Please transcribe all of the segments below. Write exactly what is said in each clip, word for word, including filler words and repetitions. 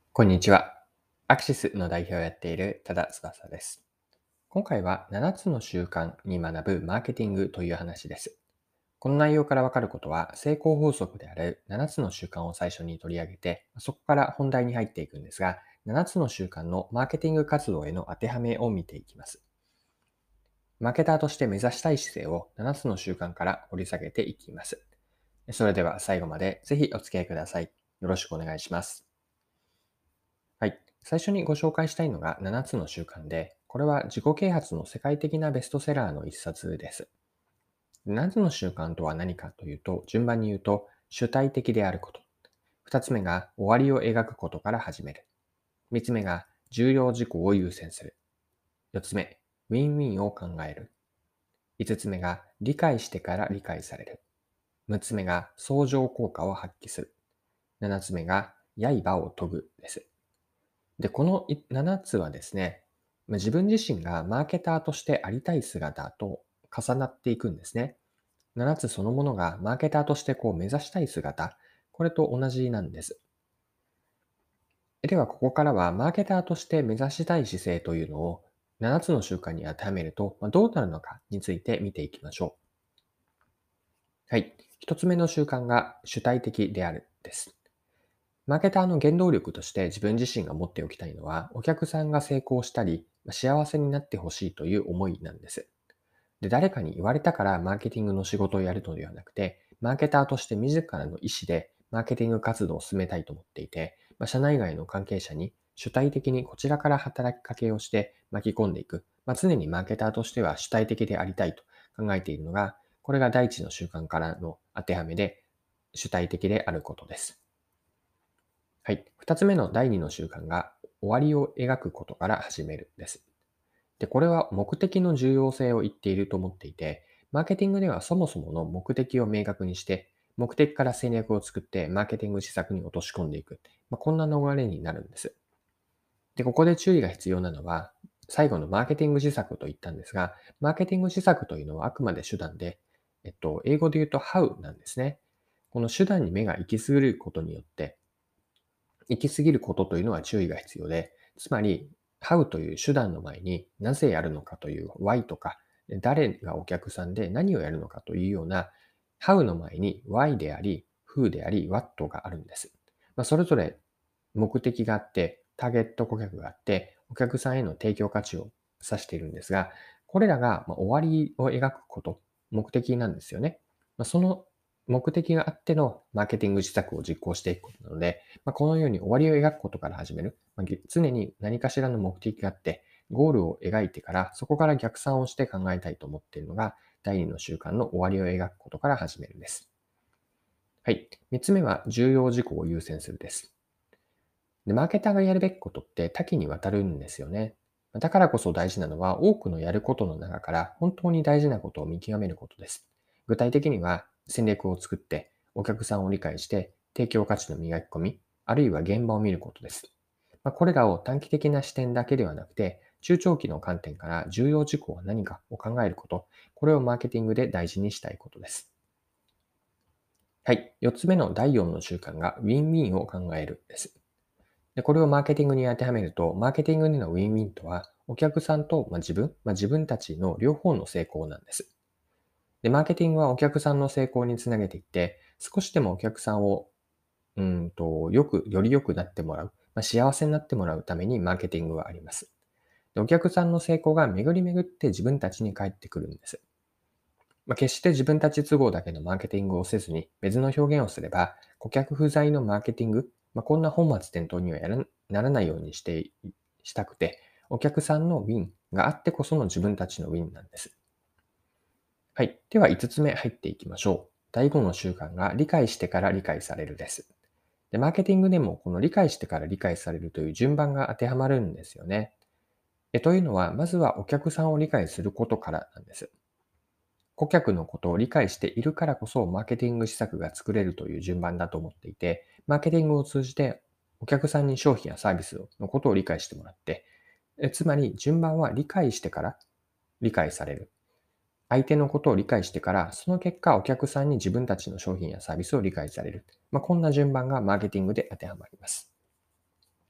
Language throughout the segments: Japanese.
こんにちは。アクシスの代表をやっている多田翼です。今回はななつの習慣に学ぶマーケティングという話です。この内容からわかることは、成功法則であるななつの習慣を最初に取り上げて、そこから本題に入っていくんですが、ななつの習慣のマーケティング活動への当てはめを見ていきます。マーケターとして目指したい姿勢をななつの習慣から掘り下げていきます。それでは最後までぜひお付き合いください。よろしくお願いします。はい。最初にご紹介したいのがななつの習慣で、これは自己啓発の世界的なベストセラーの一冊です。ななつの習慣とは何かというと、順番に言うと、主体的であること。ふたつめが終わりを描くことから始める。みっつめが重要事項を優先する。よっつめ、ウィンウィンを考える。いつつめが理解してから理解される。むっつめが相乗効果を発揮する。ななつめが刃を研ぐです。で、このななつはですね、まあ自分自身がマーケターとしてありたい姿と重なっていくんですね。ななつそのものがマーケターとしてこう目指したい姿、これと同じなんです。では、ここからはマーケターとして目指したい姿勢というのをななつの習慣に当てはめると、まあどうなるのかについて見ていきましょう。はい。一つ目の習慣が主体的であるです。マーケターの原動力として自分自身が持っておきたいのは、お客さんが成功したり、幸せになってほしいという思いなんです。で、誰かに言われたからマーケティングの仕事をやるのではなくて、マーケターとして自らの意思でマーケティング活動を進めたいと思っていて、まあ、社内外の関係者に主体的にこちらから働きかけをして巻き込んでいく。まあ、常にマーケターとしては主体的でありたいと考えているのが、これが第一の習慣からの当てはめで主体的であることです。はい。二つ目の第二の習慣が終わりを描くことから始めるです。で、これは目的の重要性を言っていると思っていて、マーケティングではそもそもの目的を明確にして、目的から戦略を作ってマーケティング施策に落とし込んでいく。まあ、こんな流れになるんです。で、ここで注意が必要なのは、最後のマーケティング施策と言ったんですが、マーケティング施策というのはあくまで手段で、えっと、英語で言うと How なんですね。この手段に目が行き過ぎることによって、行き過ぎることというのは注意が必要で、つまり、how という手段の前になぜやるのかという why とか、誰がお客さんで何をやるのかというような how の前に why であり、who であり、what があるんです。まあ、それぞれ目的があって、ターゲット顧客があって、お客さんへの提供価値を指しているんですが、これらがまあ終わりを描くこと、目的なんですよね。まあ、その目的があってのマーケティング施策を実行していくことなので、まあ、このように終わりを描くことから始める。まあ、常に何かしらの目的があって、ゴールを描いてから、そこから逆算をして考えたいと思っているのが、第二の習慣の終わりを描くことから始めるです。はい。三つ目は、重要事項を優先するです。で、マーケターがやるべきことって多岐にわたるんですよね。だからこそ大事なのは、多くのやることの中から本当に大事なことを見極めることです。具体的には、戦略を作って、お客さんを理解して、提供価値の磨き込み、あるいは現場を見ることです。まあ、これらを短期的な視点だけではなくて、中長期の観点から重要事項は何かを考えること、これをマーケティングで大事にしたいことです。はい。四つ目のだいよんの習慣がウィンウィンを考えるです。で、これをマーケティングに当てはめると、マーケティングでのウィンウィンとは、お客さんと、まあ、自分、まあ、自分たちの両方の成功なんです。で、マーケティングはお客さんの成功につなげていって、少しでもお客さんを、うんと、よく、より良くなってもらう、まあ、幸せになってもらうためにマーケティングはあります。で、お客さんの成功が巡り巡って自分たちに返ってくるんです。まあ、決して自分たち都合だけのマーケティングをせずに、別の表現をすれば、顧客不在のマーケティング、まあ、こんな本末転倒にはやらならないようにしてしたくて、お客さんのウィンがあってこその自分たちのウィンなんです。はい。では、いつつめ入っていきましょう。だいごの習慣が理解してから理解されるです。で、マーケティングでもこの理解してから理解されるという順番が当てはまるんですよね。えというのは、まずはお客さんを理解することからなんです。顧客のことを理解しているからこそ、マーケティング施策が作れるという順番だと思っていて、マーケティングを通じて、お客さんに商品やサービスのことを理解してもらって、えつまり順番は理解してから理解される。相手のことを理解してから、その結果、お客さんに自分たちの商品やサービスを理解される。まあ、こんな順番がマーケティングで当てはまります。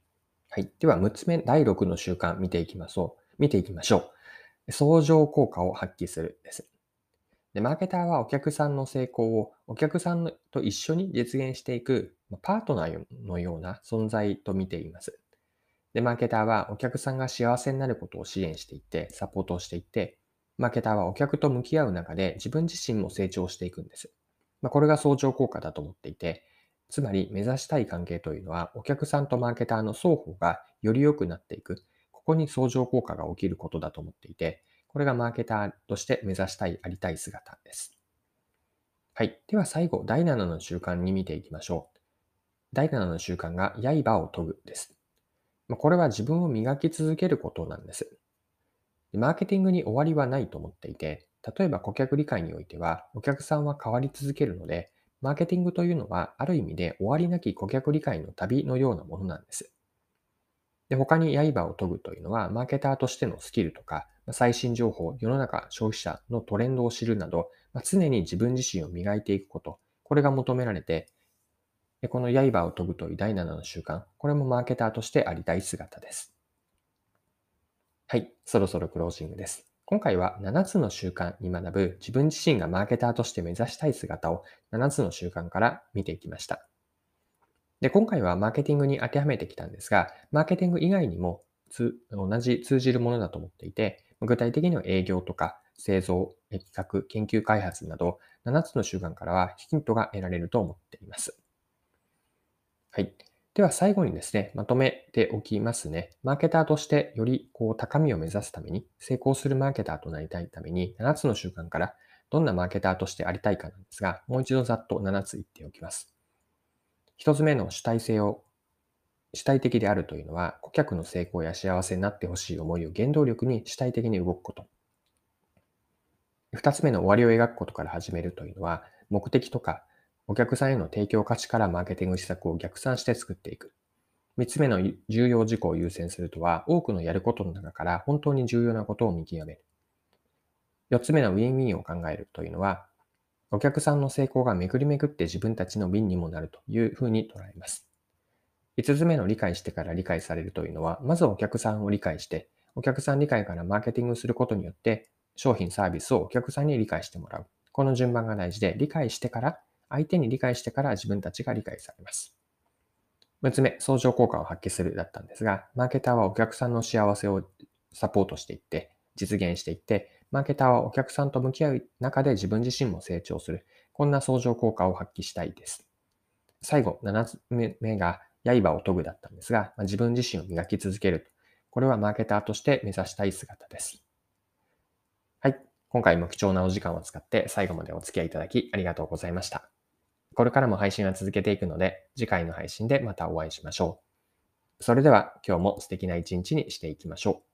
はい。では、むつ目、だいろくの習慣見ていきましょう。見ていきましょう。相乗効果を発揮するです。で、マーケターはお客さんの成功をお客さんと一緒に実現していくまあパートナーのような存在と見ています。で、マーケターはお客さんが幸せになることを支援していって、サポートをしていって、マーケターはお客と向き合う中で自分自身も成長していくんです。まあ、これが相乗効果だと思っていて、つまり目指したい関係というのは、お客さんとマーケターの双方がより良くなっていく、ここに相乗効果が起きることだと思っていて、これがマーケターとして目指したい、ありたい姿です。はい。では最後、だいななの習慣に見ていきましょう。だいななの習慣が刃を研ぐです。まあこれは自分を磨き続けることなんです。マーケティングに終わりはないと思っていて、例えば顧客理解においては、お客さんは変わり続けるので、マーケティングというのは、ある意味で終わりなき顧客理解の旅のようなものなんです。で、他に刃を研ぐというのは、マーケターとしてのスキルとか、最新情報、世の中、消費者のトレンドを知るなど、常に自分自身を磨いていくこと、これが求められて、この刃を研ぐというだいななの習慣、これもマーケターとしてありたい姿です。はい、そろそろクロージングです。今回はななつの習慣に学ぶ自分自身がマーケターとして目指したい姿をななつの習慣から見ていきました。で、今回はマーケティングに当てはめてきたんですが、マーケティング以外にもつ同じ通じるものだと思っていて、具体的には営業とか製造、企画、研究開発などななつの習慣からはヒントが得られると思っています。はい。では最後にですね、まとめておきますね。マーケターとしてよりこう高みを目指すために、成功するマーケターとなりたいために、ななつの習慣からどんなマーケターとしてありたいかなんですが、もう一度ざっとななつ言っておきます。ひとつめの主体性を、主体的であるというのは、顧客の成功や幸せになってほしい思いを原動力に主体的に動くこと。ふたつめの終わりを描くことから始めるというのは、目的とかお客さんへの提供価値からマーケティング施策を逆算して作っていく。みっつめの重要事項を優先するとは、多くのやることの中から本当に重要なことを見極める。よっつめのウィンウィンを考えるというのは、お客さんの成功が巡り巡って自分たちのウィンにもなるというふうに捉えます。いつつめの理解してから理解されるというのは、まずお客さんを理解して、お客さん理解からマーケティングすることによって、商品サービスをお客さんに理解してもらう。この順番が大事で、理解してから、相手に理解してから自分たちが理解されます。むつめ、相乗効果を発揮するだったんですが、マーケターはお客さんの幸せをサポートしていって、実現していって、マーケターはお客さんと向き合う中で自分自身も成長する。こんな相乗効果を発揮したいです。最後、ななつめが刃を研ぐだったんですが、自分自身を磨き続ける。これはマーケターとして目指したい姿です。はい。今回も貴重なお時間を使って最後までお付き合いいただきありがとうございました。これからも配信は続けていくので、次回の配信でまたお会いしましょう。それでは今日も素敵な一日にしていきましょう。